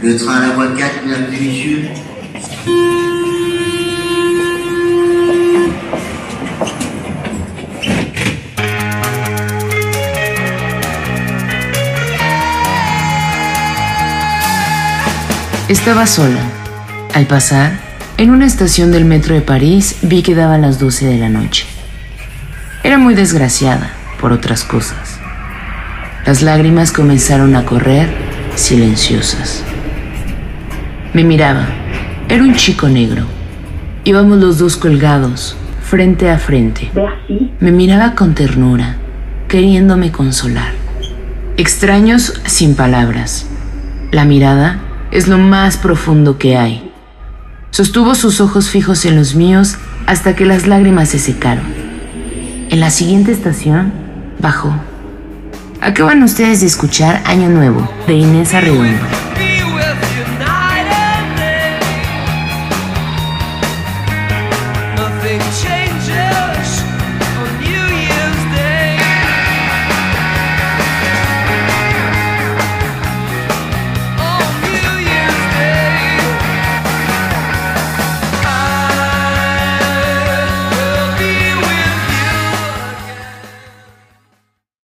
Le train à la voie 4, mesdames et messieurs. Estaba sola. Al pasar, en una estación del metro de París, vi que daban las 12 de la noche. Era muy desgraciada por otras cosas. Las lágrimas comenzaron a correr silenciosas. Me miraba. Era un chico negro. Íbamos los dos colgados, frente a frente. Me miraba con ternura, queriéndome consolar. Extraños sin palabras. La mirada es lo más profundo que hay. Sostuvo sus ojos fijos en los míos hasta que las lágrimas se secaron. En la siguiente estación, bajó. Acaban ustedes de escuchar Año Nuevo, de Inés Arredondo.